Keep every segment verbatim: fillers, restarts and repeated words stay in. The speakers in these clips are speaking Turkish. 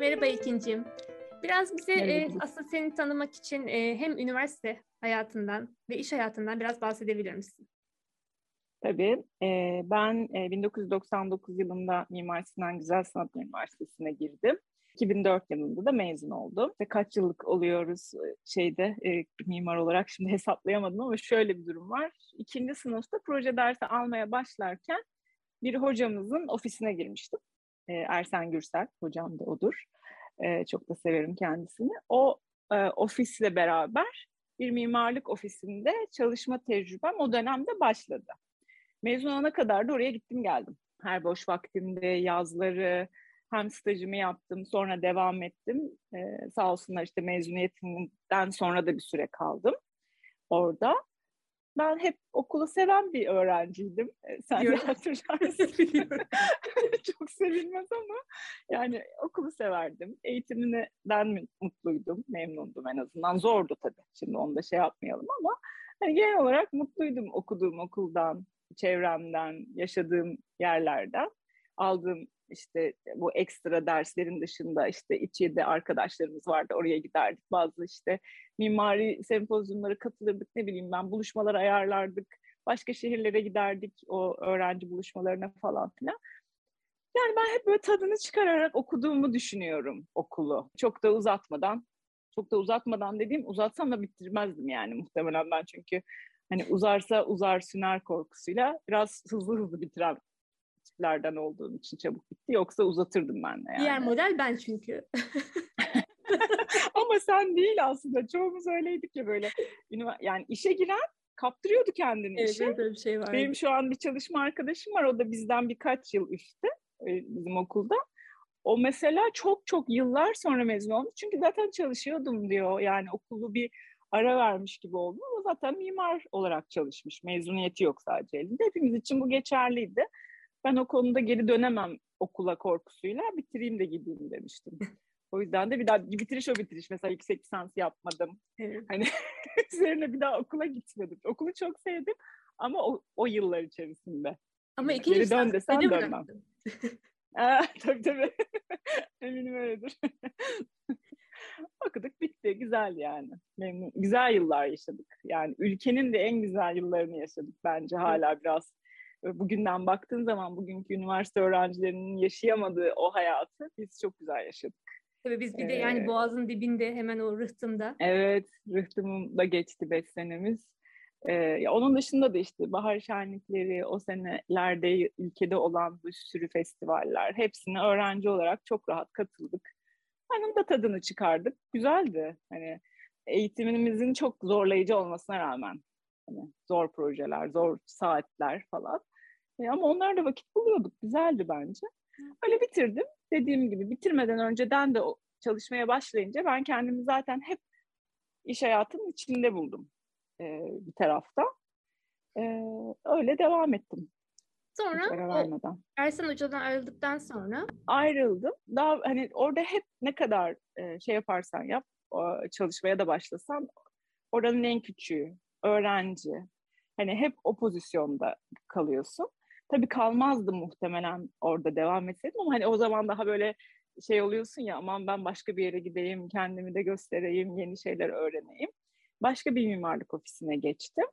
Merhaba İlkinciğim. Biraz bize Merhaba e, Gülis. aslında seni tanımak için e, hem üniversite hayatından ve iş hayatından biraz bahsedebilir misin? Tabii. e, ben e, bin dokuz yüz doksan dokuz yılında Mimar Sinan Güzel Sanatlar Üniversitesi'ne girdim. iki bin dört yılında da mezun oldum. İşte kaç yıllık oluyoruz e, şeyde e, mimar olarak şimdi hesaplayamadım ama şöyle bir durum var. İkinci sınıfta proje dersi almaya başlarken bir hocamızın ofisine girmiştim. E, Ersen Gürsel hocam da odur. E, çok da severim kendisini. O e, ofisle beraber bir mimarlık ofisinde çalışma tecrübem o dönemde başladı. Mezun olana kadar da oraya gittim geldim. Her boş vaktimde yazları hem stajımı yaptım, sonra devam ettim. Ee, sağ olsunlar işte mezuniyetimden sonra da bir süre kaldım orada. Ben hep okulu seven bir öğrenciydim. Ee, sen de Biliyorum. hatırlarsın. Biliyorum. Çok sevilmez ama yani okulu severdim. Eğitiminden mutluydum, memnundum en azından. Zordu tabii. Şimdi onu da şey yapmayalım ama hani genel olarak mutluydum okuduğum okuldan, çevremden, yaşadığım yerlerden. Aldığım işte bu ekstra derslerin dışında işte İÇİ'de arkadaşlarımız vardı. Oraya giderdik. Bazı işte mimari sempozyumlara katılırdık. Ne bileyim ben buluşmalar ayarlardık. Başka şehirlere giderdik o öğrenci buluşmalarına falan filan. Yani ben hep böyle tadını çıkararak okuduğumu düşünüyorum okulu. Çok da uzatmadan, çok da uzatmadan dediğim uzatsam da bitirmezdim yani muhtemelen ben çünkü hani uzarsa uzar süner korkusuyla biraz hızlı hızlı bitiren tiplerden olduğum için çabuk bitti. Yoksa uzatırdım ben de Diğer yani. model ben çünkü. Ama sen değil aslında. Çoğumuz öyleydik ya böyle. Yani işe giren kaptırıyordu kendini Evet, işe. evet öyle bir şey vardı. Benim şu an bir çalışma arkadaşım var. O da bizden birkaç yıl üstte bizim okulda. O mesela çok çok yıllar sonra mezun olmuş. Çünkü zaten çalışıyordum diyor. Yani okulu bir ara vermiş gibi oldu ama zaten mimar olarak çalışmış. Mezuniyeti yok sadece elinde. Hepimiz için bu geçerliydi. Ben o konuda geri dönemem okula korkusuyla bitireyim de gideyim demiştim. O yüzden de bir daha bitiriş o bitiriş. Mesela yüksek lisans yapmadım. Evet. Hani üzerine bir daha okula gitmedim. Okulu çok sevdim ama o, o yıllar içerisinde. Ama Hani ikinci geri dön lisansı desen öyle dönmem. bıraktım. Aa, tabii tabii. Eminim öyledir. Okuduk bitti. Güzel yani. Memnun. Güzel yıllar yaşadık. Yani ülkenin de en güzel yıllarını yaşadık bence Evet. hala biraz. Bugünden baktığın zaman bugünkü üniversite öğrencilerinin yaşayamadığı o hayatı biz çok güzel yaşadık. Tabii biz bir de yani Ee, Boğaz'ın dibinde hemen o rıhtımda. evet, rıhtımda geçti beş senemiz. Ee, ya onun dışında da işte bahar şenlikleri, o senelerde ülkede olan bir sürü festivaller, hepsine öğrenci olarak çok rahat katıldık. Onun da tadını çıkardık. Güzeldi. Hani eğitimimizin çok zorlayıcı olmasına rağmen. Hani zor projeler, zor saatler falan. E, ama onlarla vakit buluyorduk. Güzeldi bence. Öyle bitirdim. Dediğim gibi bitirmeden önceden de o çalışmaya başlayınca ben kendimi zaten hep iş hayatının içinde buldum e, bir tarafta. E, öyle devam ettim. Sonra Hiç ara o vermeden. Ersan Hoca'dan ayrıldıktan sonra Ayrıldım. Daha hani orada hep ne kadar e, şey yaparsan yap, o, çalışmaya da başlasan oranın en küçüğü, öğrenci. Hani hep o pozisyonda kalıyorsun. Tabii kalmazdım muhtemelen orada devam etseydim ama hani o zaman daha böyle şey oluyorsun ya aman ben başka bir yere gideyim, kendimi de göstereyim, yeni şeyler öğreneyim. Başka bir mimarlık ofisine geçtim.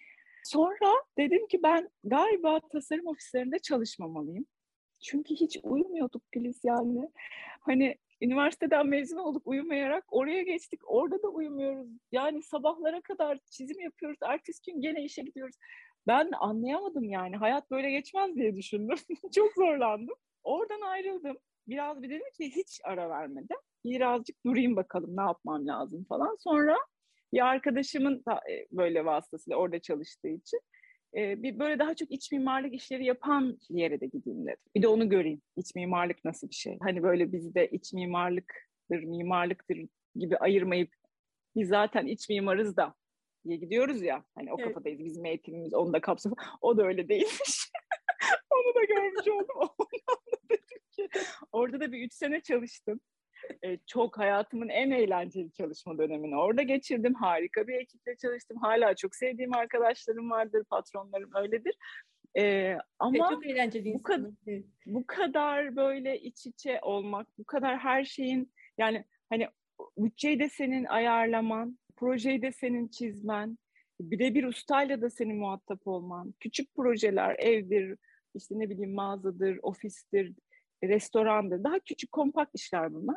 Sonra dedim ki ben galiba tasarım ofislerinde çalışmamalıyım. Çünkü hiç uyumuyorduk Güliz yani. Hani üniversiteden mezun olduk uyumayarak oraya geçtik. Orada da uyumuyoruz. Yani sabahlara kadar çizim yapıyoruz. Ertesi gün gene işe gidiyoruz. Ben anlayamadım yani. Hayat böyle geçmez diye düşündüm. Çok zorlandım. Oradan ayrıldım. Biraz bir dedim ki hiç ara vermedim. Birazcık durayım bakalım ne yapmam lazım falan. Sonra bir arkadaşımın da, e, böyle vasıtasıyla orada çalıştığı için e, bir böyle daha çok iç mimarlık işleri yapan yere de gideyim dedim. Bir de onu göreyim. İç mimarlık nasıl bir şey? Hani böyle bizde iç mimarlıktır, mimarlıktır gibi ayırmayıp biz zaten iç mimarız da diye gidiyoruz ya. Hani o evet. kafadayız. Bizim eğitimimiz onu da kapsıyor. O da öyle değilmiş. Onu da görmüş oldum. Ondan da dedim ki orada da bir üç sene çalıştım. E, çok hayatımın en eğlenceli çalışma dönemini orada geçirdim. Harika bir ekiple çalıştım. Hala çok sevdiğim arkadaşlarım vardır, patronlarım öyledir. Ee, ama Evet, çok eğlenceli bu kadar insanlar. Evet. bu kadar böyle iç içe olmak, bu kadar her şeyin, yani hani bütçeyi de senin ayarlaman, projeyi de senin çizmen, birebir ustayla da senin muhatap olman, küçük projeler, evdir, işte ne bileyim mağazadır, ofistir, restorandır, daha küçük kompakt işler bunlar.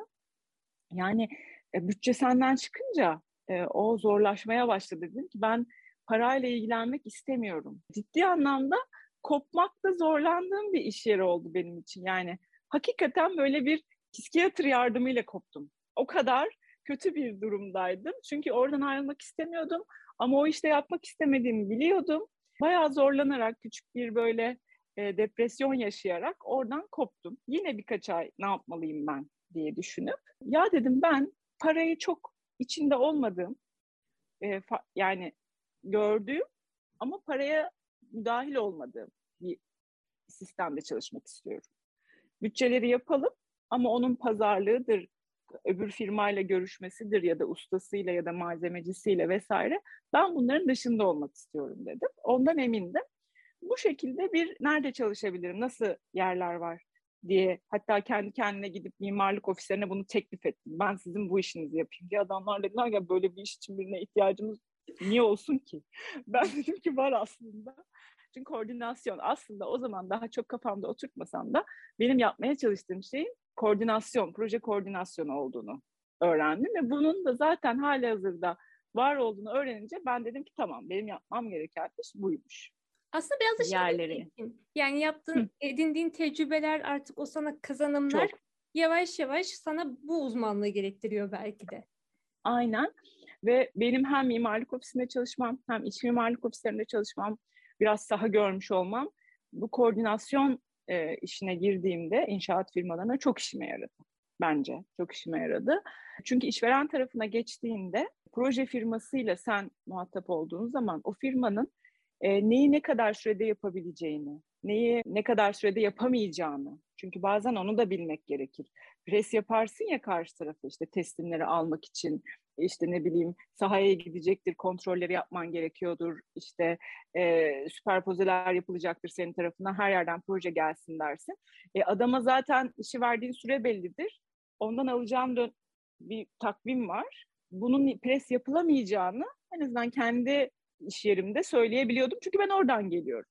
Yani e, bütçe senden çıkınca e, o zorlaşmaya başladı. Dedim ki ben parayla ilgilenmek istemiyorum. Ciddi anlamda kopmakta zorlandığım bir iş yeri oldu benim için. Yani hakikaten böyle bir psikiyatr yardımıyla koptum. O kadar kötü bir durumdaydım. Çünkü oradan ayrılmak istemiyordum. Ama o işte yapmak istemediğimi biliyordum. Bayağı zorlanarak, küçük bir böyle e, depresyon yaşayarak oradan koptum. Yine birkaç ay ne yapmalıyım ben diye düşünüp, ya dedim ben parayı çok içinde olmadığım, e, fa- yani gördüğüm ama paraya müdahil olmadığım bir sistemde çalışmak istiyorum. Bütçeleri yapalım ama onun pazarlığıdır, öbür firmayla görüşmesidir ya da ustasıyla ya da malzemecisiyle vesaire. Ben bunların dışında olmak istiyorum dedim. Ondan emindim. Bu şekilde bir nerede çalışabilirim, nasıl yerler var diye, hatta kendi kendine gidip mimarlık ofislerine bunu teklif ettim. Ben sizin bu işinizi yapayım diye. Adamlar dediler ya böyle bir iş için birine ihtiyacımız niye olsun ki? Ben dedim ki var aslında. Çünkü koordinasyon aslında o zaman daha çok kafamda oturtmasam da benim yapmaya çalıştığım şeyin koordinasyon, proje koordinasyonu olduğunu öğrendim ve bunun da zaten halihazırda var olduğunu öğrenince ben dedim ki tamam, benim yapmam gereken iş buymuş. Aslında biraz da şey de Yerleri. eğitim. Yani Hı, yaptığın, edindiğin tecrübeler, artık o sana kazanımlar çok. yavaş yavaş sana bu uzmanlığı gerektiriyor belki de. Aynen. Ve benim hem mimarlık ofisinde çalışmam, hem iç mimarlık ofislerinde çalışmam, biraz saha görmüş olmam, bu koordinasyon e, işine girdiğimde inşaat firmalarına çok işime yaradı. Bence çok işime yaradı. Çünkü işveren tarafına geçtiğinde proje firmasıyla sen muhatap olduğun zaman o firmanın e, neyi ne kadar sürede yapabileceğini, neyi ne kadar sürede yapamayacağını, çünkü bazen onu da bilmek gerekir. Pres yaparsın ya karşı tarafı, işte teslimleri almak için, işte ne bileyim sahaya gidecektir, kontrolleri yapman gerekiyordur, işte e, süperpozeler yapılacaktır senin tarafından, her yerden proje gelsin dersin. E, adama zaten işi verdiğin süre bellidir. Ondan alacağın dön- bir takvim var. Bunun pres yapılamayacağını en azından kendi iş yerimde söyleyebiliyordum. Çünkü ben oradan geliyorum.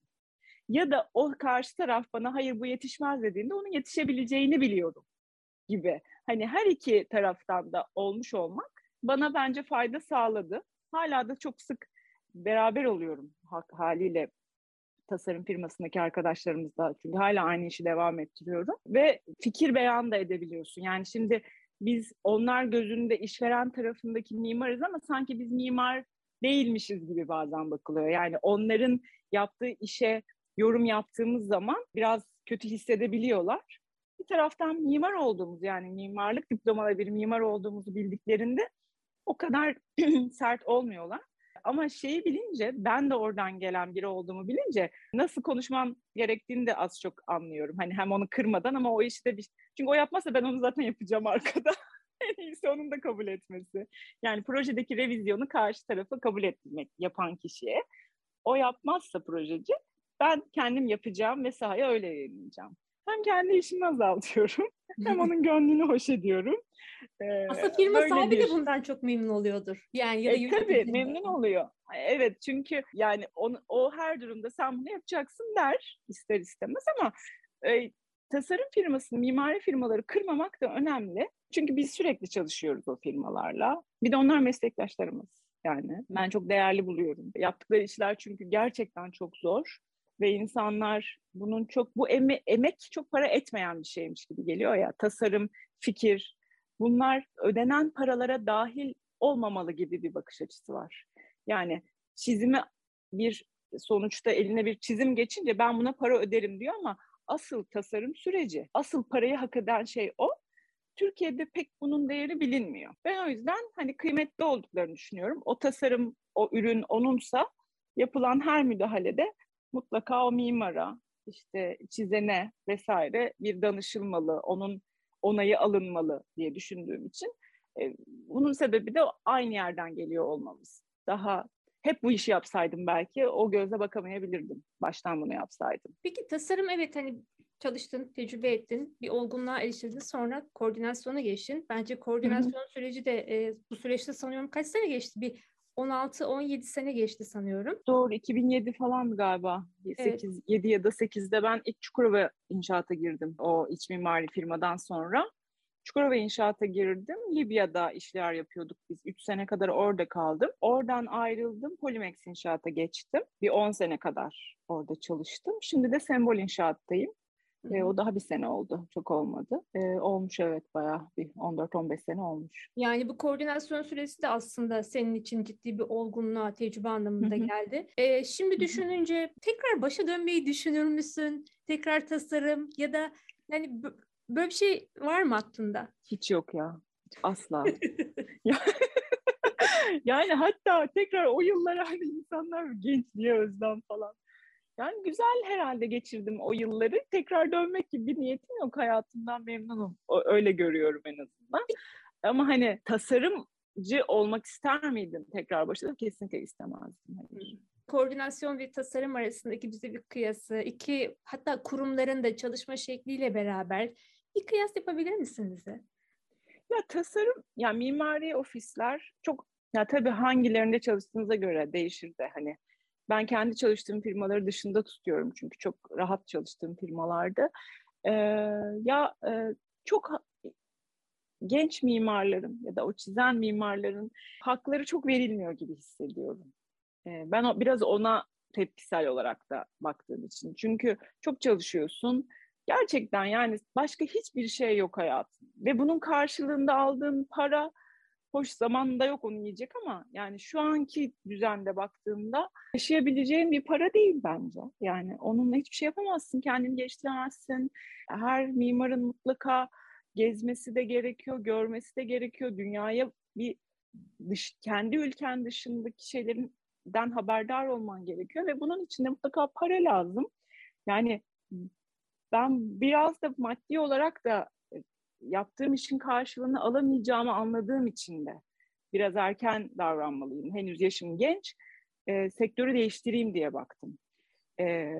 Ya da o karşı taraf bana hayır bu yetişmez dediğinde onun yetişebileceğini biliyorum gibi. Hani her iki taraftan da olmuş olmak bana bence fayda sağladı. Hala da çok sık beraber oluyorum haliyle tasarım firmasındaki arkadaşlarımızla. Çünkü hala aynı işi devam ettiriyorum. Ve fikir beyan da edebiliyorsun. Yani şimdi biz onlar gözünde işveren tarafındaki mimarız ama sanki biz mimar değilmişiz gibi bazen bakılıyor. Yani onların yaptığı işe yorum yaptığımız zaman biraz kötü hissedebiliyorlar. Bir taraftan mimar olduğumuz, yani mimarlık diplomalı bir mimar olduğumuzu bildiklerinde o kadar sert olmuyorlar. Ama şeyi bilince, ben de oradan gelen biri olduğumu bilince nasıl konuşmam gerektiğini de az çok anlıyorum. Hani hem onu kırmadan ama o işi de bir... Çünkü o yapmazsa ben onu zaten yapacağım arkada. En iyisi onun da kabul etmesi. Yani projedeki revizyonu karşı tarafa kabul etmek, yapan kişiye. O yapmazsa projeci, ben kendim yapacağım ve sahaya öyle yayınlayacağım. Hem kendi işimi azaltıyorum, hem onun gönlünü hoş ediyorum. Ee, Aslında firma böyle sahibi de bir bundan çok memnun oluyordur. Yani ya da E tabii yönetici. memnun oluyor. Evet, çünkü yani on, o her durumda sen bunu yapacaksın der ister istemez ama e, tasarım firmasını, mimari firmaları kırmamak da önemli. Çünkü biz sürekli çalışıyoruz o firmalarla. Bir de onlar meslektaşlarımız yani. Ben çok değerli buluyorum. Yaptıkları işler çünkü gerçekten çok zor ve insanlar bunun çok, bu eme, emek çok para etmeyen bir şeymiş gibi geliyor ya. Tasarım, fikir, bunlar ödenen paralara dahil olmamalı gibi bir bakış açısı var. Yani çizimi, bir sonuçta eline bir çizim geçince ben buna para öderim diyor ama asıl tasarım süreci, asıl parayı hak eden şey o. Türkiye'de pek bunun değeri bilinmiyor. Ben o yüzden hani kıymetli olduklarını düşünüyorum. O tasarım, o ürün onunsa yapılan her müdahalede mutlaka o mimara, işte çizene vesaire bir danışılmalı, onun onayı alınmalı diye düşündüğüm için. E, bunun sebebi de aynı yerden geliyor olmamız. Daha hep bu işi yapsaydım belki o gözle bakamayabilirdim. Baştan bunu yapsaydım. Peki tasarım, evet, hani çalıştın, tecrübe ettin, bir olgunluğa erişirdin, sonra koordinasyona geçtin. Bence koordinasyon süreci de e, bu süreçte sanıyorum kaç sene geçti? Bir on altı on yedi sene geçti sanıyorum. Doğru, iki bin yedi falan galiba. Evet. sekiz, yedi ya da sekizde ben ilk Çukurova İnşaat'a girdim. O iç mimari firmadan sonra. Çukurova İnşaat'a girdim. Libya'da işler yapıyorduk biz. Üç sene kadar orada kaldım. Oradan ayrıldım. Polimex İnşaat'a geçtim. Bir on sene kadar orada çalıştım. Şimdi de Sembol İnşaat'tayım. Hı E, hı. o daha bir sene oldu. Çok olmadı. E, olmuş evet, bayağı bir on dört on beş sene olmuş. Yani bu koordinasyon süresi de aslında senin için ciddi bir olgunluğa, tecrübe Hı anlamında hı. geldi. Ee, şimdi Hı hı. düşününce tekrar başa dönmeyi düşünür müsün? Tekrar tasarım ya da yani bö- böyle bir şey var mı aklında? Hiç yok ya. Asla. Ya- Yani hatta tekrar o yıllara hani insanlar gençliğe özlem falan. Yani güzel herhalde geçirdim o yılları. Tekrar dönmek gibi bir niyetim yok. Hayatımdan memnunum. O, öyle görüyorum en azından. Ama hani tasarımcı olmak ister miydim tekrar başladım? Kesinlikle istemezdim. Hayır. Koordinasyon ve tasarım arasındaki bize bir kıyası, iki hatta kurumların da çalışma şekliyle beraber bir kıyas yapabilir misin bize? Ya tasarım, ya mimari ofisler çok, ya tabii hangilerinde çalıştığınıza göre değişir de hani ben kendi çalıştığım firmaları dışında tutuyorum çünkü çok rahat çalıştığım firmalarda. Ee, ya e, çok ha- genç mimarların ya da o çizen mimarların hakları çok verilmiyor gibi hissediyorum. Ee, ben o, biraz ona tepkisel olarak da baktığım için. Çünkü çok çalışıyorsun. Gerçekten yani başka hiçbir şey yok hayatın. Ve bunun karşılığında aldığın para, hoş zamanında yok onu yiyecek ama yani şu anki düzende baktığımda yaşayabileceğin bir para değil bence. Yani onunla hiçbir şey yapamazsın, kendini geliştiremezsin. Her mimarın mutlaka gezmesi de gerekiyor, görmesi de gerekiyor. Dünyaya bir dış, kendi ülken dışındaki şeylerden haberdar olman gerekiyor ve bunun için de mutlaka para lazım. Yani ben biraz da maddi olarak da yaptığım işin karşılığını alamayacağımı anladığım için de biraz erken davranmalıyım. Henüz yaşım genç, e, sektörü değiştireyim diye baktım. E,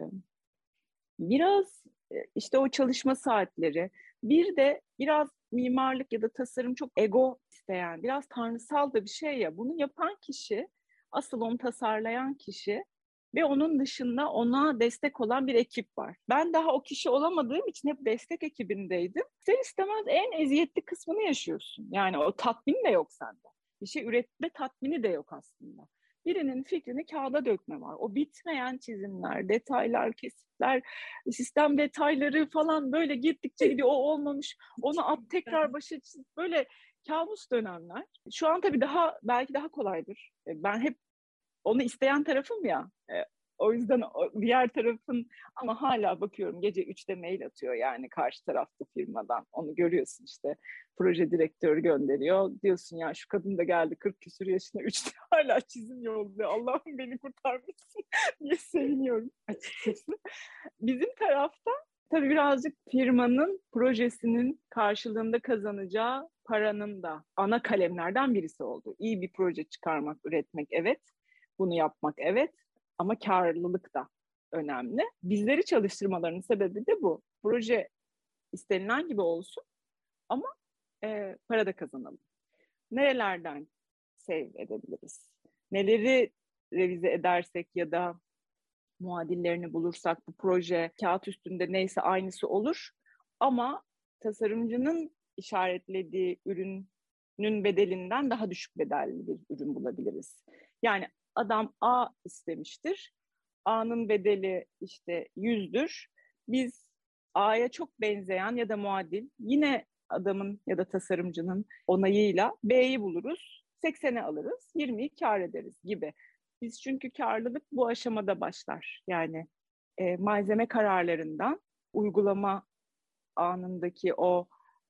biraz e, işte o çalışma saatleri, bir de biraz mimarlık ya da tasarım çok ego isteyen, biraz tanrısal da bir şey ya. Bunu yapan kişi, asıl onu tasarlayan kişi ve onun dışında ona destek olan bir ekip var. Ben daha o kişi olamadığım için hep destek ekibindeydim. Sen istemez en eziyetli kısmını yaşıyorsun. Yani o tatmin de yok sende. Bir şey üretme tatmini de yok aslında. Birinin fikrini kağıda dökme var. O bitmeyen çizimler, detaylar, kesitler, sistem detayları falan böyle gittikçe gidiyor. O olmamış, onu at tekrar başa çiz. Böyle kabus dönemler. Şu an tabii daha belki daha kolaydır. Ben hep onu isteyen tarafım ya. E, o yüzden o, diğer tarafın, ama hala bakıyorum gece üçte mail atıyor yani karşı tarafta firmadan. Onu görüyorsun işte, proje direktörü gönderiyor. Diyorsun ya şu kadın da geldi kırk küsur yaşına, üçte hala çizim yolluyor. Allah'ım beni kurtarmışsın diye seviniyorum açıkçası. Bizim tarafta tabii birazcık firmanın projesinin karşılığında kazanacağı paranın da ana kalemlerden birisi oldu. İyi bir proje çıkarmak, üretmek, evet. Bunu yapmak, evet. Ama karlılık da önemli. Bizleri çalıştırmalarının sebebi de bu. Proje istenilen gibi olsun ama e, para da kazanalım. Nerelerden save edebiliriz? Neleri revize edersek ya da muadillerini bulursak bu proje kağıt üstünde neyse aynısı olur. Ama tasarımcının işaretlediği ürünün bedelinden daha düşük bedelli bir ürün bulabiliriz. Yani adam A istemiştir. A'nın bedeli işte yüzdür. Biz A'ya çok benzeyen ya da muadil yine adamın ya da tasarımcının onayıyla B'yi buluruz. seksene alırız, yirmiyi kar ederiz gibi. Biz çünkü karlılık bu aşamada başlar. Yani e, malzeme kararlarından uygulama anındaki o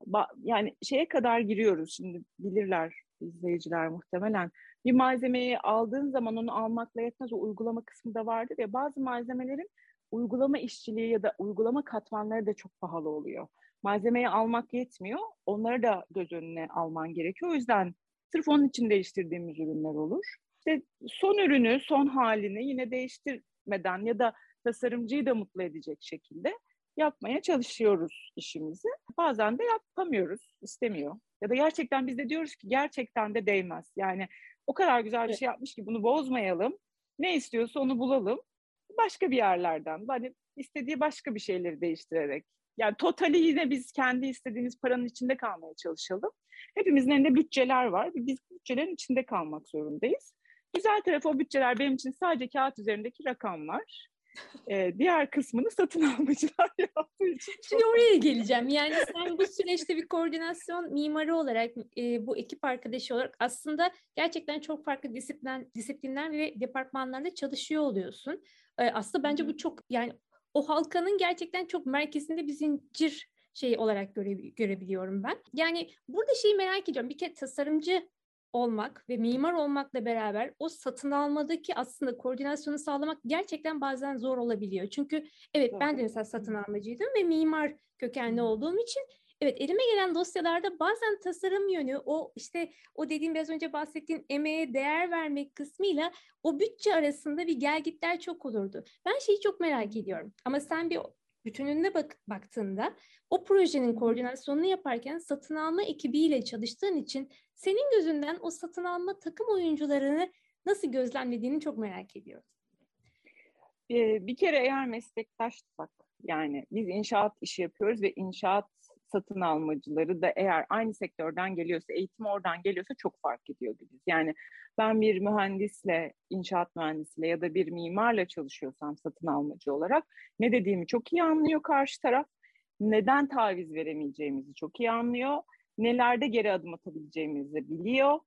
yani şeye kadar giriyoruz. Şimdi bilirler izleyiciler muhtemelen. Bir malzemeyi aldığın zaman onu almakla yetmez. O uygulama kısmı da vardır ya. Bazı malzemelerin uygulama işçiliği ya da uygulama katmanları da çok pahalı oluyor. Malzemeyi almak yetmiyor. Onları da göz önüne alman gerekiyor. O yüzden sırf onun için değiştirdiğimiz ürünler olur. işte son ürünü, son halini yine değiştirmeden ya da tasarımcıyı da mutlu edecek şekilde yapmaya çalışıyoruz işimizi. Bazen de yapamıyoruz, istemiyor. Ya da gerçekten biz de diyoruz ki gerçekten de değmez. Yani o kadar güzel bir şey yapmış ki bunu bozmayalım. Ne istiyorsa onu bulalım. Başka bir yerlerden, hani istediği başka bir şeyleri değiştirerek. Yani totali yine biz kendi istediğimiz paranın içinde kalmaya çalışalım. Hepimizin elinde bütçeler var. Biz bütçelerin içinde kalmak zorundayız. Güzel tarafı o bütçeler benim için sadece kağıt üzerindeki rakamlar. Ee, diğer kısmını satın almacılar yaptığı için. Şimdi oraya geleceğim. Yani sen bu süreçte bir koordinasyon mimarı olarak, e, bu ekip arkadaşı olarak aslında gerçekten çok farklı disiplin, disiplinler ve departmanlarda çalışıyor oluyorsun. E, aslında bence bu çok, yani o halkanın gerçekten çok merkezinde bir zincir şey olarak göre, görebiliyorum ben. Yani burada şeyi merak ediyorum. Bir kere tasarımcı olmak ve mimar olmakla beraber o satın almadaki aslında koordinasyonu sağlamak gerçekten bazen zor olabiliyor. Çünkü evet, ben de mesela satın almacıydım ve mimar kökenli olduğum için evet, elime gelen dosyalarda bazen tasarım yönü, o işte o dediğim biraz önce bahsettiğim emeğe değer vermek kısmıyla o bütçe arasında bir gelgitler çok olurdu. Ben şeyi çok merak ediyorum ama sen bir bütününe bak, baktığında o projenin koordinasyonunu yaparken satın alma ekibiyle çalıştığın için senin gözünden o satın alma takım oyuncularını nasıl gözlemlediğini çok merak ediyorum. Ee, bir kere eğer meslektaşsak, yani biz inşaat işi yapıyoruz ve inşaat satın almacıları da eğer aynı sektörden geliyorsa, eğitim oradan geliyorsa çok fark ediyor biz. Yani ben bir mühendisle, inşaat mühendisiyle ya da bir mimarla çalışıyorsam satın almacı olarak ne dediğimi çok iyi anlıyor karşı taraf. Neden taviz veremeyeceğimizi çok iyi anlıyor. Nelerde geri adım atabileceğimizi biliyor.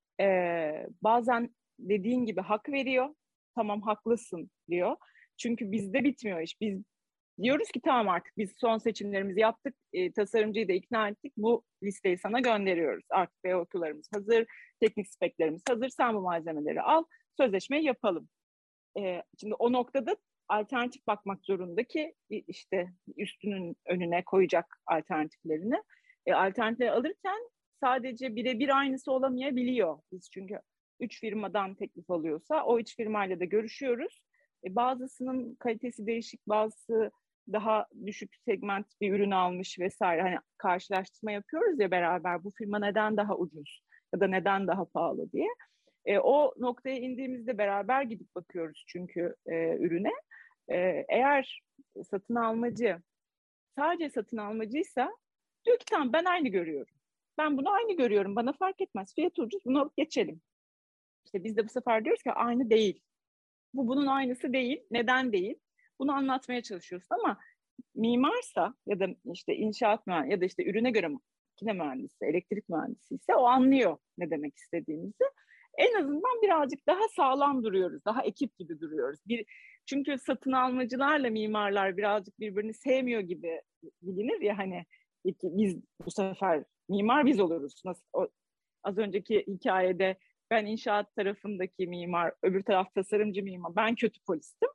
Ee, bazen dediğin gibi hak veriyor. Tamam, haklısın diyor. Çünkü bizde bitmiyor iş. Biz diyoruz ki tamam, artık biz son seçimlerimizi yaptık. E, tasarımcıyı da ikna ettik. Bu listeyi sana gönderiyoruz. Artık B O Q'larımız hazır. Teknik speklerimiz hazır. Sen bu malzemeleri al. Sözleşmeyi yapalım. E, şimdi o noktada alternatif bakmak zorunda ki işte üstünün önüne koyacak alternatiflerini. E, alternatifleri alırken sadece birebir aynısı olamayabiliyor. Biz çünkü üç firmadan teklif alıyorsa o üç firmayla da görüşüyoruz. E, bazısının kalitesi değişik, bazısı daha düşük segment bir ürün almış vesaire. Hani karşılaştırma yapıyoruz ya beraber, bu firma neden daha ucuz ya da neden daha pahalı diye. E, o noktaya indiğimizde beraber gidip bakıyoruz çünkü e, ürüne. E, eğer satın almacı sadece satın almacıysa diyor ki tamam, ben aynı görüyorum. Ben bunu aynı görüyorum. Bana fark etmez. Fiyat ucuz. Bunu alıp geçelim. İşte biz de bu sefer diyoruz ki aynı değil. Bu bunun aynısı değil. Neden değil? Bunu anlatmaya çalışıyoruz ama mimarsa ya da işte inşaat mühendisi ya da işte ürüne göre makine mühendisi, elektrik mühendisi ise o anlıyor ne demek istediğimizi. En azından birazcık daha sağlam duruyoruz. Daha ekip gibi duruyoruz. Bir, çünkü satın almacılarla mimarlar birazcık birbirini sevmiyor gibi bilinir ya, hani biz bu sefer mimar biz oluruz. Nasıl, o, az önceki hikayede ben inşaat tarafındaki mimar, öbür taraf tasarımcı mimar. Ben kötü polistim.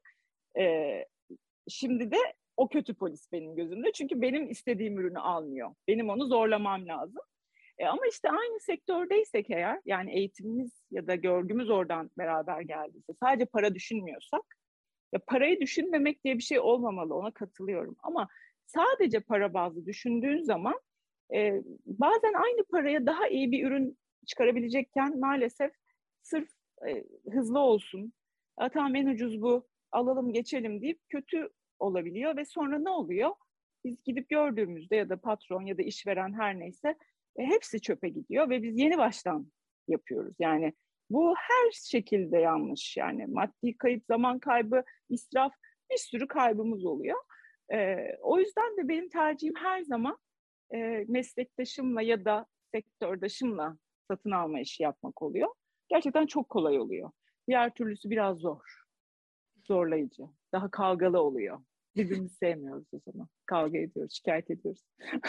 Ee, şimdi de o kötü polis benim gözümde. Çünkü benim istediğim ürünü almıyor. Benim onu zorlamam lazım. E ama işte aynı sektördeysek eğer, yani eğitimimiz ya da görgümüz oradan beraber geldiyse, sadece para düşünmüyorsak, ya parayı düşünmemek diye bir şey olmamalı, ona katılıyorum. Ama sadece para bazlı düşündüğün zaman e, bazen aynı paraya daha iyi bir ürün çıkarabilecekken maalesef sırf e, hızlı olsun, tamam en ucuz bu, alalım geçelim deyip kötü olabiliyor ve sonra ne oluyor? Biz gidip gördüğümüzde ya da patron ya da işveren her neyse e, hepsi çöpe gidiyor ve biz yeni baştan yapıyoruz. Yani bu her şekilde yanlış, yani maddi kayıp, zaman kaybı, israf, bir sürü kaybımız oluyor. E, o yüzden de benim tercihim her zaman e, meslektaşımla ya da sektördaşımla satın alma işi yapmak oluyor. Gerçekten çok kolay oluyor. Diğer türlüsü biraz zor, zorlayıcı, daha kavgalı oluyor. Birbirimizi sevmiyoruz o zaman. Kavga ediyoruz, şikayet ediyoruz.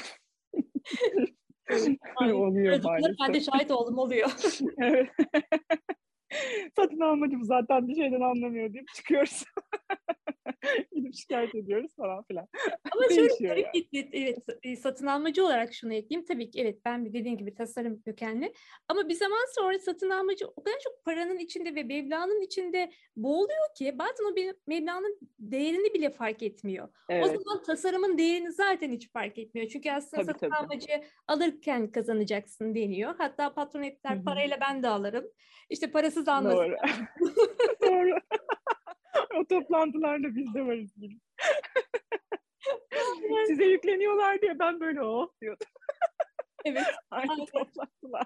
Oluyor maalesef. Ben de şahit oldum, oluyor. Evet. Satın almacım zaten bir şeyden anlamıyor deyip çıkıyoruz. Gidip şikayet ediyoruz falan filan. Ama şöyle Değişiyor garip yani. bir, evet, e, satın almacı olarak şunu ekleyeyim. Tabii ki evet, ben bir dediğin gibi tasarım kökenli. Ama bir zaman sonra satın almacı o kadar çok paranın içinde ve meblağın içinde boğuluyor ki bazen o bir meblağın değerini bile fark etmiyor. O Evet, zaman tasarımın değerini zaten hiç fark etmiyor. Çünkü aslında tabii satın tabii. almacı alırken kazanacaksın deniyor. Hatta patron hep Hı der, hı. parayla ben de alırım. İşte parasız almasın. Doğru. Doğru. O toplantılarda biz de varız gibi. Size yükleniyorlar diye ben böyle oh diyordum. Evet. Aynı Aynen. toplantılar.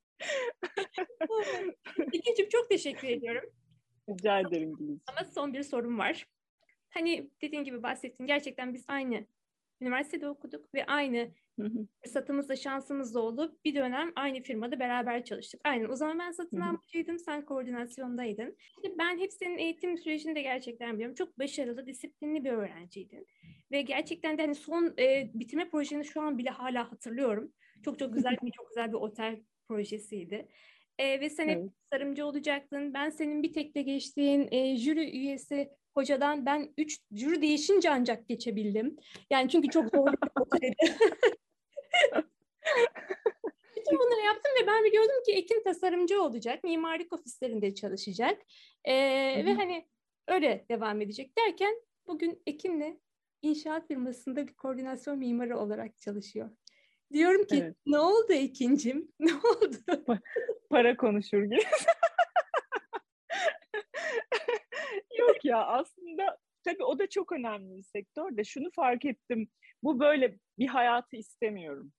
İkincim, çok teşekkür ediyorum. Rica ederim Güliz. Ama son bir sorum var. Hani dediğin gibi bahsettin, gerçekten biz aynı üniversitede okuduk ve aynı Hı hı. fırsatımız da şansımız da oldu. Bir dönem aynı firmada beraber çalıştık. Aynen. O zaman ben satın Hı hı. almacıydım, sen koordinasyondaydın. İşte ben hep senin eğitim sürecini de gerçekten biliyorum. Çok başarılı, disiplinli bir öğrenciydin. Ve gerçekten de hani son e, bitirme projeni şu an bile hala hatırlıyorum. Çok çok güzel bir çok güzel bir otel projesiydi. E, ve sen hep Evet. tasarımcı olacaktın. Ben senin bir tekle geçtiğin e, jüri üyesi hocadan ben üç jüri değişince ancak geçebildim. Yani çünkü çok zor bir projeydi. Bütün bunları yaptım ve ben biliyordum ki Ekin tasarımcı olacak, mimarlık ofislerinde çalışacak ee, Hı ve hı. hani öyle devam edecek derken bugün Ekin'le inşaat firmasında bir koordinasyon mimarı olarak çalışıyor. Diyorum ki Evet. ne oldu Ekin'cim? Ne oldu? Pa- para konuşur gibi. Yok ya, aslında tabii o da çok önemli bir sektör de şunu fark ettim. Bu böyle bir hayatı istemiyorum.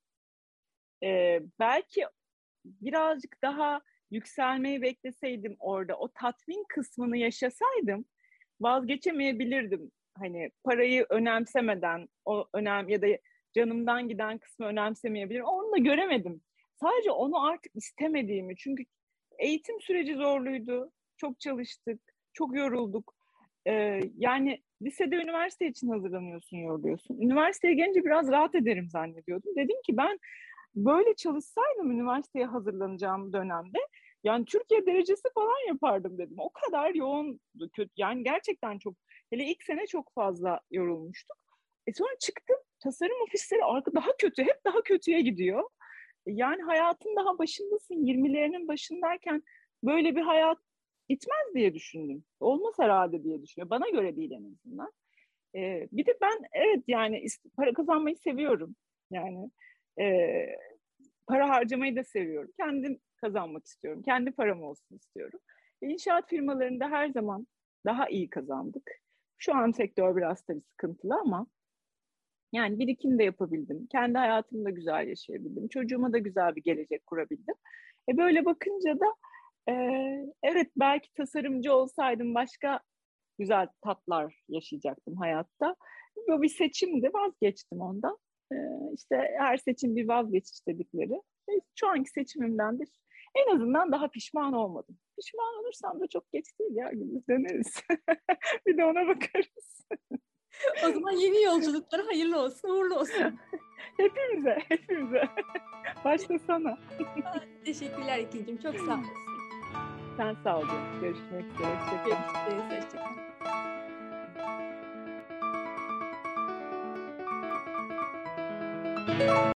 Ee, belki birazcık daha yükselmeyi bekleseydim orada, o tatmin kısmını yaşasaydım vazgeçemeyebilirdim. Hani parayı önemsemeden, o önem ya da canımdan giden kısmı önemsemeyebilirim. Onu da göremedim. Sadece onu artık istemediğimi. Çünkü eğitim süreci zorluydu. Çok çalıştık, çok yorulduk. Ee, yani lisede üniversite için hazırlanıyorsun, yoruluyorsun. Üniversiteye gelince biraz rahat ederim zannediyordum. Dedim ki ben böyle çalışsaydım üniversiteye hazırlanacağım dönemde yani Türkiye derecesi falan yapardım dedim. O kadar yoğun, kötü. Yani gerçekten çok, hele ilk sene çok fazla yorulmuştuk. E sonra çıktım, tasarım ofisleri arka daha kötü, hep daha kötüye gidiyor. Yani hayatın daha başındasın, yirmilerinin başındayken böyle bir hayat gitmez diye düşündüm. Olmaz herhalde diye düşünüyorum. Bana göre değil en azından. Ee, bir de ben evet yani para kazanmayı seviyorum. Yani e, para harcamayı da seviyorum. Kendim kazanmak istiyorum. Kendi param olsun istiyorum. E, İnşaat firmalarında her zaman daha iyi kazandık. Şu an sektör biraz tabii sıkıntılı ama yani birikim de yapabildim. Kendi hayatımı da güzel yaşayabildim. Çocuğuma da güzel bir gelecek kurabildim. E böyle bakınca da e, evet belki tasarımcı olsaydım başka güzel tatlar yaşayacaktım hayatta. Bu bir seçimdi, vazgeçtim ondan. Ee, işte her seçim bir vazgeçiş dedikleri. E, şu anki seçimimden de en azından daha pişman olmadım. Pişman olursam da çok geç değil ya, Gündüz döneriz. Bir de ona bakarız. O zaman yeni yolculuklara hayırlı olsun, uğurlu olsun. Hepimize, hepimize. Başta sana. Teşekkürler Ekin'cim, çok sağ olasın. Sen sağ ol. canım. Görüşmek üzere. Hoşça kal. Görüşürüz, hoşça kal.